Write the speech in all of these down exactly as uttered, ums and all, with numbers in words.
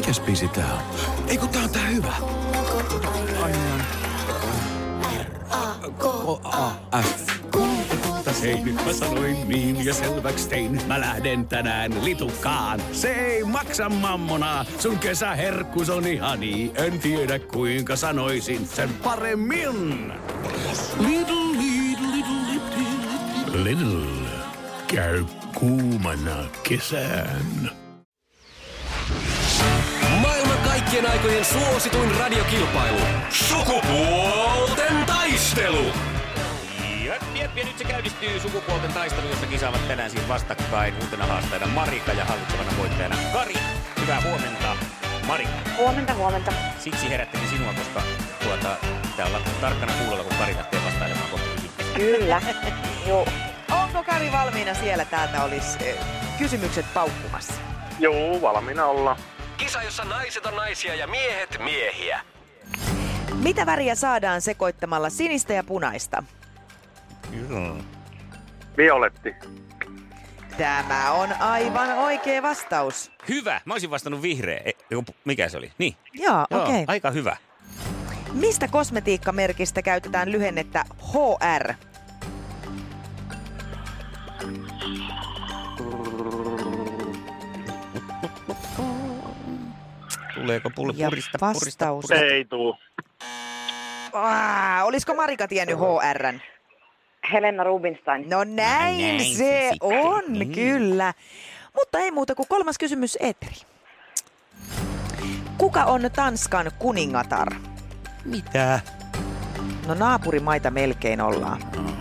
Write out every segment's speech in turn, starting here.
Mikäs biisi tää on? Ei kun tää on tää hyvä. Hei, nyt mä sanoin niin ja selväks tein. Mä lähden tänään litukaan. Se ei maksa mammonaa. Sun kesäherkkus on ihani. En tiedä kuinka sanoisin sen paremmin. Little, little, little, little, little. Käy kuumana kesään. Maailman kaikkien aikojen suosituin radiokilpailu. Sukupuolten taistelu. Jep, jep, ja nyt se käynnistyy sukupuolten taistelu, jossa kisaavat tänään siis vastakkain uutena haastajana Marika ja hallitsevana voittajana Kari. Hyvää huomenta, Marika. Huomenta, huomenta. Siksi herättelin sinua, koska tuota, pitää olla tarkkana kuulolla, kun Kari lähtee vastailemaan kohti. Kyllä, joo. Onko Kari valmiina siellä? Täältä olisi eh, kysymykset paukkumassa. Joo, valmiina ollaan. Kisa, jossa naiset on naisia ja miehet miehiä. Mitä väriä saadaan sekoittamalla sinistä ja punaista? Joo. Violetti. Tämä on aivan oikea vastaus. Hyvä, mä olisin vastannut vihreä. E, mikä se oli? Niin. Joo, Joo, okei. Okay. aika hyvä. Mistä kosmetiikkamerkistä käytetään lyhennettä H R? Tuleeko pulle Ja purista, vastaus. purista, purista? Ei tuu. Ah, olisiko Marika tiennyt H R:n? Helena Rubinstein. No näin, Näin se, se sitten. on, Niin. kyllä. Mutta ei muuta kuin kolmas kysymys, Etri. Kuka on Tanskan kuningatar? Mitä? No naapurimaita melkein ollaan.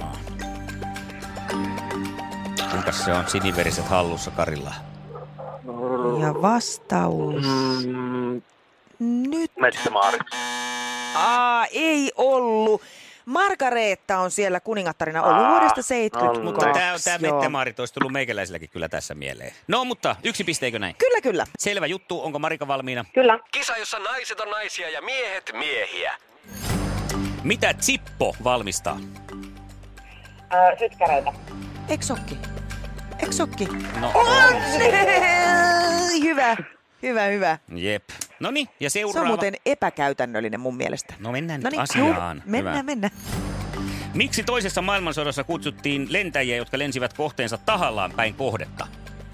Kuinka se on siniveriset hallussa Karilla? Ja vastaus Mm, nyt. Metsämaarit. Aa, ei ollut. Margareetta on siellä kuningattarina ollut Aa, vuodesta seitsemänkymmentäkaksi. Mutta tää on tää Joo. metsämaarit, olisi tullut meikäläisilläkin kyllä tässä mieleen. No, mutta yksi pisteikö näin? Kyllä, kyllä. Selvä juttu, onko Marika valmiina? Kyllä. Kisa, jossa naiset on naisia ja miehet miehiä. Mitä Zippo valmistaa? Öö, sytkäreitä. Eksokki. Eksokki. No, On! on se. Hyvä, hyvä, hyvä. Jep. Noniin, ja Se on seuraava. muuten epäkäytännöllinen mun mielestä. No mennään nyt Noniin, asiaan. juu, mennään, Hyvä. mennään. Miksi toisessa maailmansodassa kutsuttiin lentäjiä, jotka lensivät kohteensa tahallaan päin kohdetta?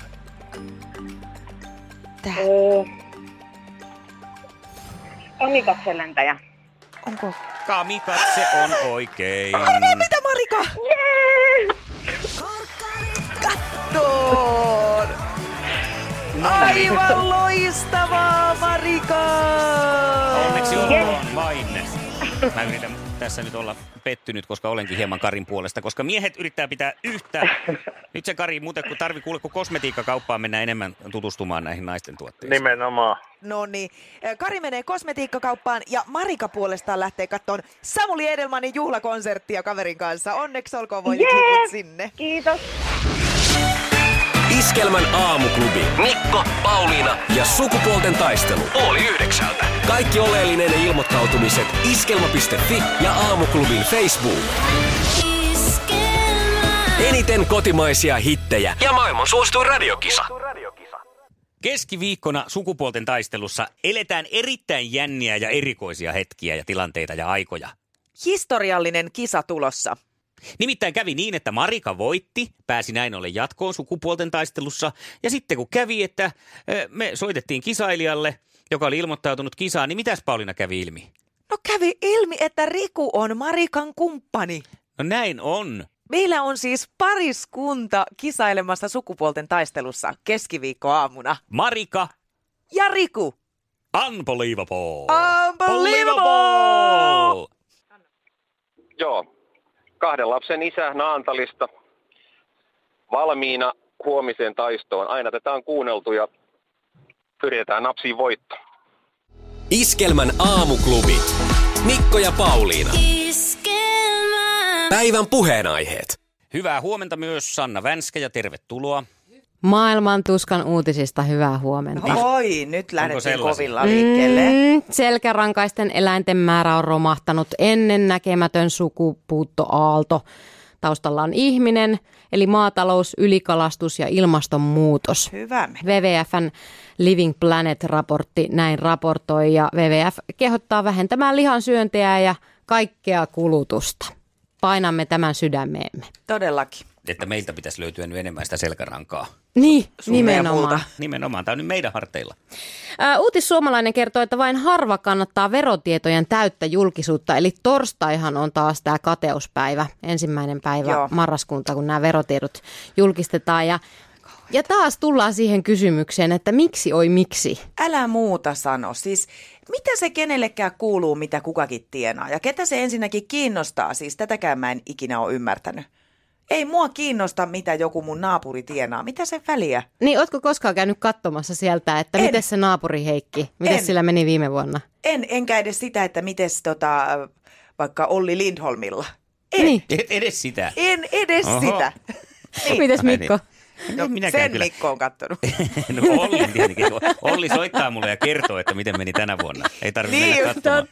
Tää. Öö, Kamikatsen lentäjä. Onko? Kamikatse on oikein. Mitä Marika? Jee! Kattoon! Aivan loistavaa, Marika! Onneksi olkoon vain. Mä yritän tässä nyt olla pettynyt, koska olenkin hieman Karin puolesta, koska miehet yrittää pitää yhtä. Nyt se Kari, muuten kun tarvii kuule, kun kosmetiikkakauppaan mennään enemmän tutustumaan näihin naisten tuotteisiin. Nimenomaan. No niin, Kari menee kosmetiikkakauppaan ja Marika puolestaan lähtee katsomaan Samuli Edelmanin juhlakonserttia kaverin kanssa. Onneksi olkoon voitit Jee! liput sinne. Kiitos. Iskelmän aamuklubi. Mikko, Pauliina ja sukupuolten taistelu. Oli yhdeksältä. Kaikki oleellinen ilmoittautumiset iskelma piste fi ja aamuklubin Facebook. Eniten kotimaisia hittejä ja maailman suosituin radiokisa. Keskiviikkona sukupuolten taistelussa eletään erittäin jänniä ja erikoisia hetkiä ja tilanteita ja aikoja. Historiallinen kisa tulossa. Nimittäin kävi niin, että Marika voitti, pääsi näin ollen jatkoon sukupuolten taistelussa. Ja sitten kun kävi, että me soitettiin kisailijalle, joka oli ilmoittautunut kisaan, niin mitäs Pauliina kävi ilmi? No kävi ilmi, että Riku on Marikan kumppani. No näin on. Meillä on siis pariskunta kisailemassa sukupuolten taistelussa keskiviikkoaamuna. Marika, Ja Riku. unbelievable. Unbelievable! Joo. Kahden lapsen isä Naantalista. Valmiina huomiseen taistoon. Aina tätä on kuunneltu ja yritetään napsia voitto. Iskelmän aamuklubi. Mikko ja Pauliina. Päivän puheenaiheet. Hyvää huomenta myös Sanna Vänskä ja tervetuloa. Maailman tuskan uutisista hyvää huomenta. Oi, nyt lähdettiin sellaisia? kovilla liikkeelle. Mm, selkärankaisten eläinten määrä on romahtanut ennennäkemätön sukupuuttoaalto. Taustalla on ihminen, eli maatalous, ylikalastus ja ilmastonmuutos. Hyvä me. W W F:n Living Planet-raportti näin raportoi ja W W F kehottaa vähentämään lihansyöntiä ja kaikkea kulutusta. Painamme tämän sydämeemme. Todellakin. Että meiltä pitäisi löytyä nyt enemmän sitä selkärankaa. Niin, Sun meidän nimenomaan. multa. Nimenomaan, tämä on nyt meidän harteilla. Ää, Uutissuomalainen kertoo, että vain harva kannattaa verotietojen täyttä julkisuutta. Eli torstaihan on taas tämä kateuspäivä, ensimmäinen päivä Joo. marraskuuta, kun nämä verotiedot julkistetaan. Ja, ja taas tullaan siihen kysymykseen, että miksi oi miksi? Älä muuta sano. Siis mitä se kenellekään kuuluu, mitä kukakin tienaa? Ja ketä se ensinnäkin kiinnostaa? Siis tätäkään mä en ikinä ole ymmärtänyt. Ei mua kiinnosta, mitä joku mun naapuri tienaa. Mitä se väliä? Niin, ootko koskaan käynyt katsomassa sieltä, että En. miten se naapuri Heikki, miten En. sillä meni viime vuonna? En, enkä edes sitä, että mites tota, vaikka Olli Lindholmilla. En, Niin. Et edes sitä. en edes Oho. sitä. Niin. Mites Mikko? No, No, minäkään sen kyllä. Mikko on kattonut. No Olli tietenkin. Olli soittaa mulle ja kertoo, että miten meni tänä vuonna. Ei tarvitse Niin mennä just, katsomaan.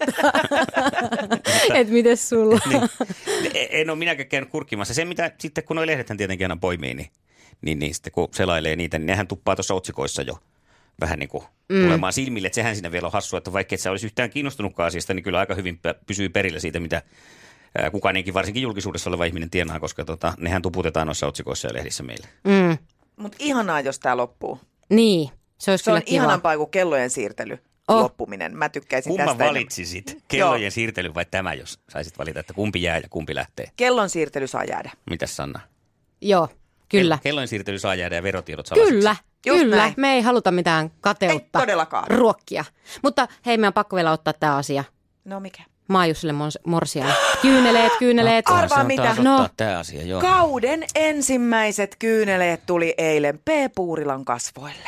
Et mites sulla? Niin. En ole minäkään käynyt kurkkimassa. Se, mitä sitten kun noi lehdethän tietenkin aina poimii, niin, niin, niin sitten kun selailee niitä, niin nehän tuppaa tuossa otsikoissa jo vähän niin kuin mm. tulemaan silmille. Että sehän siinä vielä on hassua, että vaikka et sä olisi yhtään kiinnostunutkaan asiasta, niin kyllä aika hyvin pysyy perillä siitä, mitä ää, kukainenkin, varsinkin julkisuudessa oleva ihminen tienaa, koska tota, nehän tuputetaan noissa otsikoissa ja lehdissä meille. Mm. Mutta ihanaa, jos tämä loppuu. Niin, se olisi Se on kyllä kiva. ihanampaa kuin kellojen siirtely. Oh. Loppuminen. Mä tykkäisin Kumman tästä valitsisit? Kellojen siirtely vai tämä, jos saisit valita, että kumpi jää ja kumpi lähtee? Kellon siirtely saa jäädä. Mitäs Sanna? Joo, kyllä. Kellojen siirtely saa jäädä ja verotiedot salaisiksi. Kyllä, Just kyllä. näin. Me ei haluta mitään kateutta. Ei todellakaan. Ruokkia. Mutta hei, meidän on pakko vielä ottaa tämä asia. No mikä? Maajussille mors- morsiaan. Kyyneleet, kyyneleet. Arvaa Se on mitä? taas No. ottaa tämä asia, joo. Kauden ensimmäiset kyyneleet tuli eilen P. Puurilan kasvoille.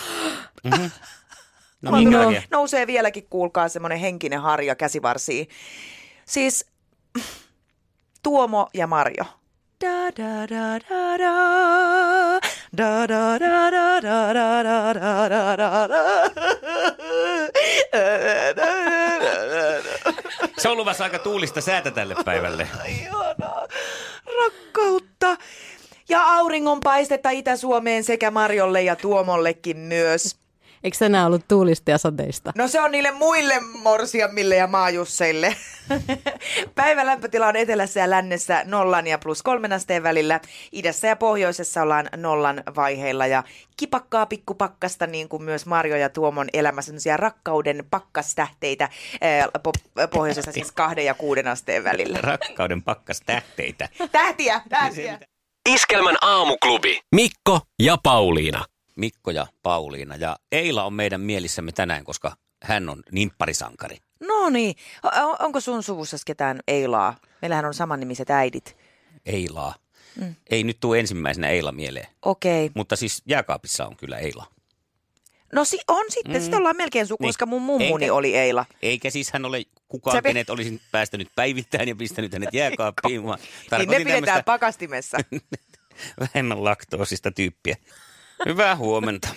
No minkä takia? Nousee vieläkin, kuulkaa, semmoinen henkinen harja käsivarsiin. Siis Tuomo ja Marjo. Da da da da da. Da da da da da da da da da da da. Se on luvassa aika tuulista säätä tälle päivälle. Ihanaa. Rakkautta. Ja auringonpaistetta Itä-Suomeen sekä Marjolle ja Tuomollekin myös. Eikö tänään ollut tuulista ja sateista? No se on niille muille morsiammille ja maajusseille. Päivän lämpötila on etelässä ja lännessä nollan ja plus kolmen asteen välillä. Idässä ja pohjoisessa ollaan nollan vaiheilla ja kipakkaa pikkupakkasta, niin kuin myös Marjo ja Tuomon elämässä, sellaisia rakkauden pakkastähteitä ää, po- pohjoisessa siis kahden ja kuuden asteen välillä. Rakkauden pakkas tähteitä. Tähtiä, tähtiä. Iskelmän aamuklubi. Mikko ja Pauliina. Mikko ja Pauliina. Ja Eila on meidän mielissämme tänään, koska hän on nimpparisankari. No niin, o- onko sun suvussa ketään Eilaa? Meillähän on samannimiset äidit. Eilaa. Mm. Ei nyt tule ensimmäisenä Eila mieleen. Okei. Mutta siis jääkaapissa on kyllä Eila. No si- on sitten, mm. sitten ollaan melkein suku, Niin. koska mun mummuni Eikä- oli Eila. Eikä siis hän ole kukaan, Sä- kenet olisin päästänyt päivittäin ja pistänyt hänet jääkaappiin. Mä Niin ne tarkoitin pidetään tämmöistä pakastimessa. vähemmän laktoosista tyyppiä. Hyvää huomenta.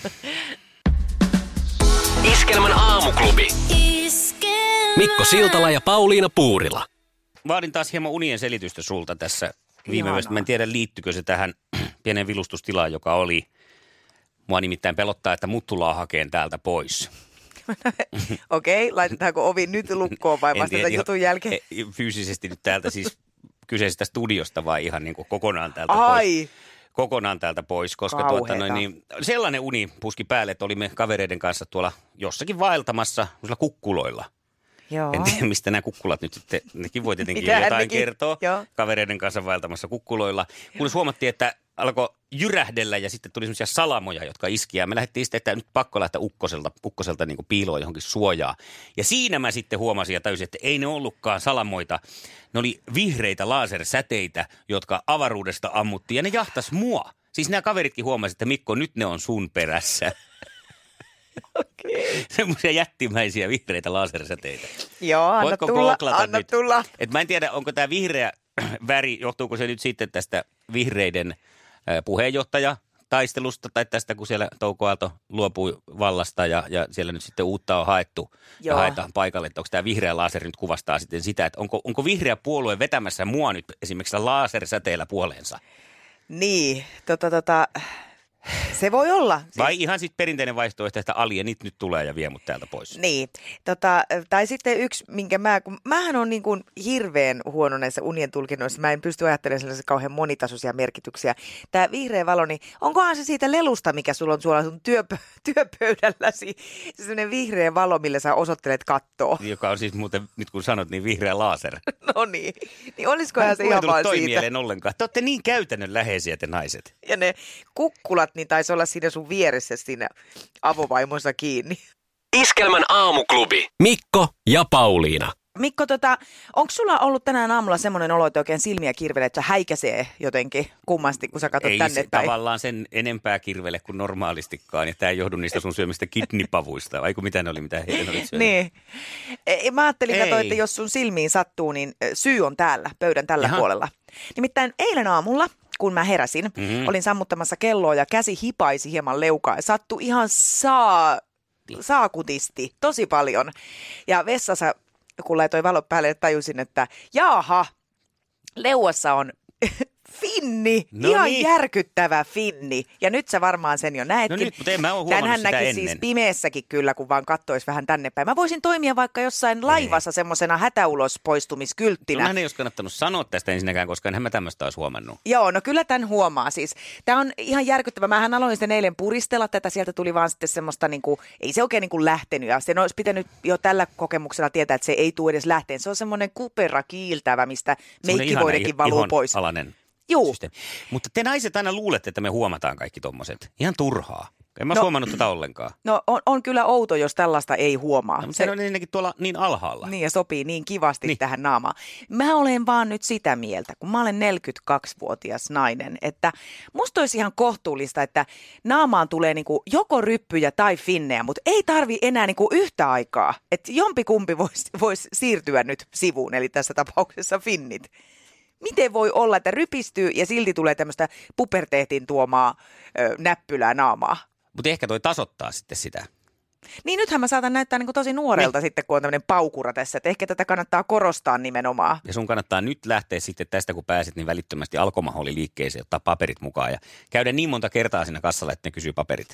Iskelmän aamuklubi. Mikko Siltala ja Pauliina Puurila. Vaadin taas hieman unien selitystä sulta tässä viime Ihanaa. yöstä. Mä en tiedä, liittyykö se tähän pienen vilustustilaan, joka oli. Mua nimittäin pelottaa, että mut tullaan hakeen täältä pois. Okei, laitetaanko ovi nyt lukkoon vai En vasta tiedä, tämän ihan- jutun jälkeen? e- Fyysisesti nyt täältä siis kyseisestä studiosta vai ihan niin kuin kokonaan täältä Ai, pois. Kokonaan täältä pois, koska tuota, Kauheeta. noin, niin, sellainen uni puski päälle, että olimme kavereiden kanssa tuolla jossakin vaeltamassa kukkuloilla. joo. En tiedä, mistä nämä kukkulat nyt sitten, nekin voi tietenkin Mitähän jotain nekin? kertoa Joo. kavereiden kanssa vaeltamassa kukkuloilla. Kun huomattiin, että alkoi jyrähdellä ja sitten tuli semmoisia salamoja, jotka iski. Ja me lähdettiin sitten, että nyt pakko lähteä ukkoselta, ukkoselta niin kuin piiloon johonkin suojaa. Ja siinä mä sitten huomasin ja täysin, että ei ne ollutkaan salamoita. Ne oli vihreitä lasersäteitä, jotka avaruudesta ammuttiin ja ne jahtas mua. Siis nämä kaveritkin huomasivat, että Mikko, nyt ne on sun perässä. Okay. Semmoisia jättimäisiä vihreitä lasersäteitä. Joo, anna Voitko tulla, googlata anna nyt? tulla. Et mä en tiedä, onko tämä vihreä väri, johtuuko se nyt sitten tästä vihreiden äh, puheenjohtaja taistelusta tai tästä, kun siellä Touko Aalto luopui vallasta ja, ja siellä nyt sitten uutta on haettu Joo. ja haetaan paikalle, että onko tämä vihreä laaseri nyt kuvastaa sitten sitä, että onko, onko vihreä puolue vetämässä mua nyt esimerkiksi lasersäteellä puoleensa? Niin, tota tota... Se voi olla. Siis... Vai ihan sitten perinteinen vaihtoehto, että alienit nyt tulee ja vie mut täältä pois. Niin. Tota, tai sitten yksi, minkä mä, kun mähän on niin kuin hirveän huono näissä unien tulkinnoissa. Mä en pysty ajattelemaan sellaisia kauhean monitasoisia merkityksiä. Tämä vihreä valo, niin onkohan se siitä lelusta, mikä sulla on sulla sun työpö- työpöydälläsi? Se sellainen vihreä valo, millä sä osoittelet kattoa. Joka on siis muuten, nyt kun sanot, niin vihreä laser. No niin. Niin olisikohan se ihan vaan siitä? Mieleen ollenkaan. Te olette niin käytännönläheisiä te naiset. Ja ne kukkulat, niin taisi olla siinä sun vieressä siinä avovaimonsa kiinni. Iskelmän aamuklubi. Mikko ja Pauliina. Mikko, tota, onko sulla ollut tänään aamulla semmoinen olo, että oikein silmiä kirvelee, että se häikäisee jotenkin kummasti, kun sä katsot ei tänne? Ei se päin. Tavallaan sen enempää kirvele kuin normaalistikaan, ja tämä ei johdu niistä sun syömistä kidnipavuista, vai mitä ne oli, mitä heidän oli syönyt? Niin. E, mä ajattelin katsoa, että jos sun silmiin sattuu, niin syy on täällä, pöydän tällä Jaha. puolella. Nimittäin eilen aamulla, kun mä heräsin, mm-hmm. olin sammuttamassa kelloa ja käsi hipaisi hieman leukaa ja sattui ihan saa, saakutisti tosi paljon. Ja vessassa, kun laitoin valot päälle, tajusin, että jaaha, leuassa on finni, no ihan niin. järkyttävä finni. Ja nyt sä varmaan sen jo näetkin. No nyt, mutta en mä ole huomannut Tänhän sitä näki ennen. siis pimeässäkin kyllä, kun vaan kattoisi vähän tänne päin. Mä voisin toimia vaikka jossain laivassa semmoisena hätäulospoistumiskylttinä. No hän ei olisi kannattanut sanoa tästä ensinnäkään, koska enhän mä tämmöistä olisi huomannut. Joo, no kyllä tämän huomaa siis. Tämä on ihan järkyttävä. Mähän aloin sitten eilen puristella tätä. Sieltä tuli vaan sitten semmoista, niin kuin, ei se oikein niin kuin lähtenyt. Ja sen olisi pitänyt jo tällä kokemuksella tietää, että se ei tule edes lähteen. Se on semmoinen kupera kiiltävä, mistä meikkivoidekin valuu pois. Alainen. Juu. Mutta te naiset aina luulette, että me huomataan kaikki tommoset. Ihan turhaa. En mä no, huomannut tätä ollenkaan. No on, on kyllä outo, jos tällaista ei huomaa. No, se, se on ennenkin tuolla niin alhaalla. Niin ja sopii niin kivasti niin. tähän naamaan. Mä olen vaan nyt sitä mieltä, kun mä olen neljäkymmentäkaksivuotias nainen, että musta olisi ihan kohtuullista, että naamaan tulee niinku joko ryppyjä tai finnejä, mutta ei tarvi enää niinku yhtä aikaa. Että jompikumpi voisi vois siirtyä nyt sivuun, eli tässä tapauksessa finnit. Miten voi olla, että rypistyy ja silti tulee tämmöistä puberteetin tuomaa ö, näppylää naamaa? Mutta ehkä toi tasoittaa sitten sitä. Niin nythän mä saatan näyttää niin tosi nuorelta niin. sitten, kun on tämmöinen paukura tässä. Että ehkä tätä kannattaa korostaa nimenomaan. Ja sun kannattaa nyt lähteä sitten tästä, kun pääset, niin välittömästi Alkomaholin liikkeeseen, ottaa paperit mukaan. Ja käydä niin monta kertaa siinä kassalla, että ne kysyy paperit.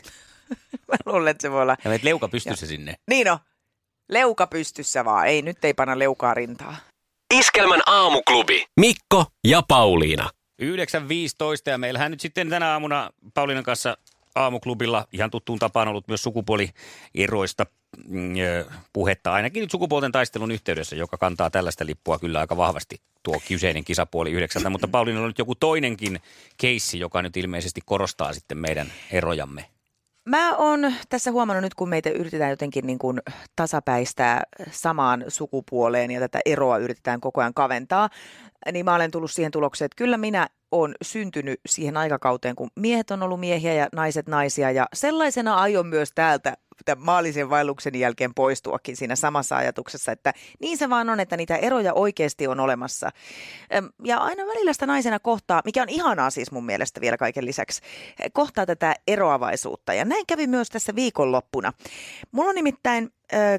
Mä luulen, että se voi olla. Ja meet leuka pystyssä ja. sinne. Niin on. Leuka pystyssä vaan. Ei, nyt ei panna leukaa rintaa. Iskelmän aamuklubi. Mikko ja Pauliina. yhdeksän viisitoista ja meillähän nyt sitten tänä aamuna Pauliinan kanssa aamuklubilla ihan tuttuun tapaan ollut myös sukupuolieroista mm, puhetta. Ainakin nyt sukupuolten taistelun yhteydessä, joka kantaa tällaista lippua kyllä aika vahvasti tuo kyseinen kisapuoli yhdeksältä. Mutta Pauliina on nyt joku toinenkin keissi, joka nyt ilmeisesti korostaa sitten meidän erojamme. Mä oon tässä huomannut nyt, kun meitä yritetään jotenkin niin kuin tasapäistää samaan sukupuoleen ja tätä eroa yritetään koko ajan kaventaa, niin mä olen tullut siihen tulokseen, että kyllä minä oon syntynyt siihen aikakauteen, kun miehet on ollut miehiä ja naiset naisia ja sellaisena aion myös täältä tämän maallisen vaelluksen jälkeen poistuakin siinä samassa ajatuksessa, että niin se vaan on, että niitä eroja oikeasti on olemassa. Ja aina välillä sitä naisena kohtaa, mikä on ihanaa siis mun mielestä vielä kaiken lisäksi, kohtaa tätä eroavaisuutta. Ja näin kävi myös tässä viikonloppuna. Mulla on nimittäin äh,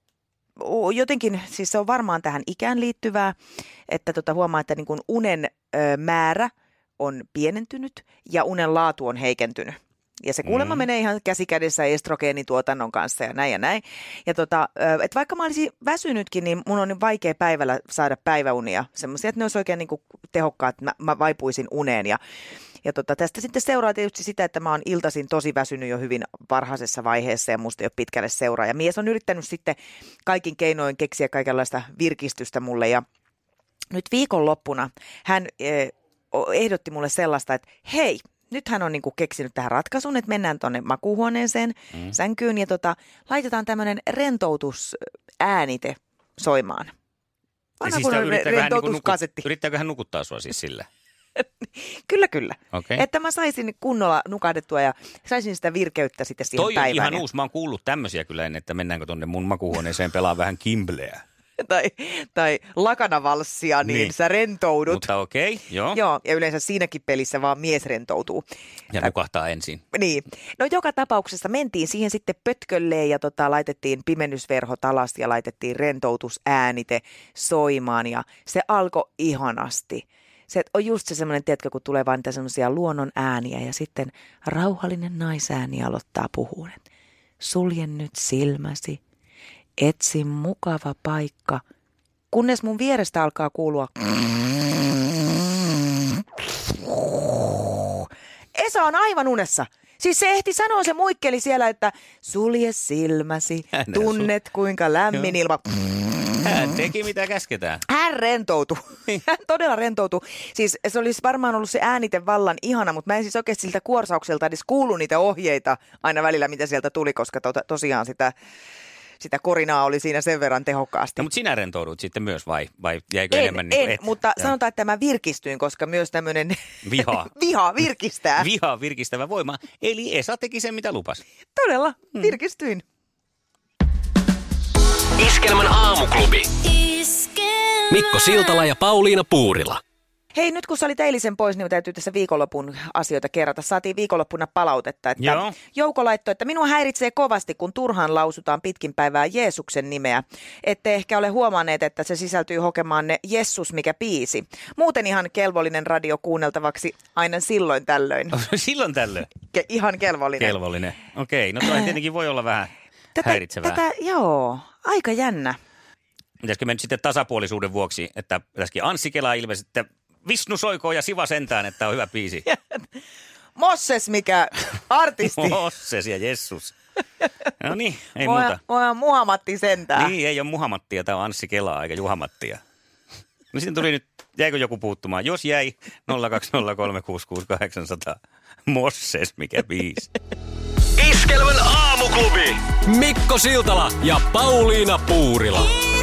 jotenkin, siis se on varmaan tähän ikään liittyvää, että tota huomaa, että niin kun unen äh, määrä on pienentynyt ja unen laatu on heikentynyt. Ja se kuulemma mm. menee ihan käsikädessä estrogeenituotannon kanssa ja näin ja näin. Ja tota, että vaikka mä olisin väsynytkin, niin mun on niin vaikea päivällä saada päiväunia. Semmoisia, että ne olisi oikein niin kuin tehokkaat, että mä, mä vaipuisin uneen. Ja, ja tota, tästä sitten seuraa tietysti sitä, että mä oon iltaisin tosi väsynyt jo hyvin varhaisessa vaiheessa ja musta ei ole pitkälle seuraa. Ja mies on yrittänyt sitten kaikin keinoin keksiä kaikenlaista virkistystä mulle. Ja nyt viikonloppuna hän eh, ehdotti mulle sellaista, että hei, nyt hän on niinku keksinyt tähän ratkaisun, että mennään tuonne makuuhuoneeseen, mm. sänkyyn ja tota, laitetaan tämmöinen rentoutusäänite soimaan. Vanha siis rentoutuskasetti. Nuku, yrittääkö hän nukuttaa sua siis sillä? Kyllä, kyllä. Okay. Että mä saisin kunnolla nukahdettua ja saisin sitä virkeyttä sitten siihen Toi päivään. Toi on ihan uusi. Mä oon kuullut tämmöisiä kyllä ennen, että mennäänkö tuonne mun makuuhuoneeseen pelaa vähän kimbleä. tai, tai lakanavalssia, niin, niin sä rentoudut. Mutta okei, okay, joo. Joo, ja yleensä siinäkin pelissä vaan mies rentoutuu. Ja nukahtaa ensin. Niin. No joka tapauksessa mentiin siihen sitten pötkölleen ja tota, laitettiin pimennysverhot alas ja laitettiin rentoutusäänite soimaan ja se alkoi ihanasti. Se on just se semmoinen, tiedätkö, kun tulee vaan niitä semmoisia luonnon ääniä ja sitten rauhallinen naisääni aloittaa puhua. Sulje nyt silmäsi, etsi mukava paikka, kunnes mun vierestä alkaa kuulua. Esa on aivan unessa. Siis se ehti sanoa, se muikkeli siellä, että sulje silmäsi, tunnet kuinka lämmin ilma. Hän teki mitä käsketään. Hän rentoutui. Hän todella rentoutui. Siis se olisi varmaan ollut se äänite vallan ihana, mutta mä en siis oikeasti siltä kuorsaukselta edes kuullut niitä ohjeita aina välillä, mitä sieltä tuli, koska to, tosiaan sitä, sitä korinaa oli siinä sen verran tehokkaasti. No, mutta sinä rentoudut sitten myös vai, vai jäikö en, enemmän niin kuin en, et? mutta ja. Sanotaan, että mä virkistyin, koska myös tämmöinen viha. viha virkistää. Viha virkistävä voima. Eli Esa teki sen, mitä lupasi. Todella, virkistyin. Iskelmän aamuklubi. Mikko Siltala ja Pauliina Puurila. Hei, nyt kun sä olit eilisen pois, niin täytyy tässä viikonlopun asioita kerrata. Saatiin viikonloppuna palautetta, että Joo. Jouko laittoi, että minua häiritsee kovasti, kun turhaan lausutaan pitkin päivää Jeesuksen nimeä. Ette ehkä ole huomanneet, että se sisältyy hokemaanne Jessus mikä biisi. Muuten ihan kelvollinen radio kuunneltavaksi aina silloin tällöin. Silloin tällöin? Ke- ihan kelvollinen. Kelvollinen. Okei, no toi tietenkin voi olla vähän tätä, häiritsevää. Tätä, joo, aika jännä. Pitäisikö me nyt sitten tasapuolisuuden vuoksi, että pitäisikin Anssi Kela ilmeisesti, että Visnu soikoo ja Siva sentään, että on hyvä biisi. Mosses mikä artisti. Mosses ja Jessus. No niin, ei Mua, muuta. Mua Muhamatti sentään. Niin, ei ole Muhamattia, tämä on Anssi Kelaa eikä Juhamattia. No sitten tuli nyt, jäikö joku puuttumaan? Jos jäi, nolla kaksi nolla kolme kuusi kuusi kahdeksan nolla nolla. Mosses mikä biisi. Iskelmän aamuklubi. Mikko Siltala ja Pauliina Puurila.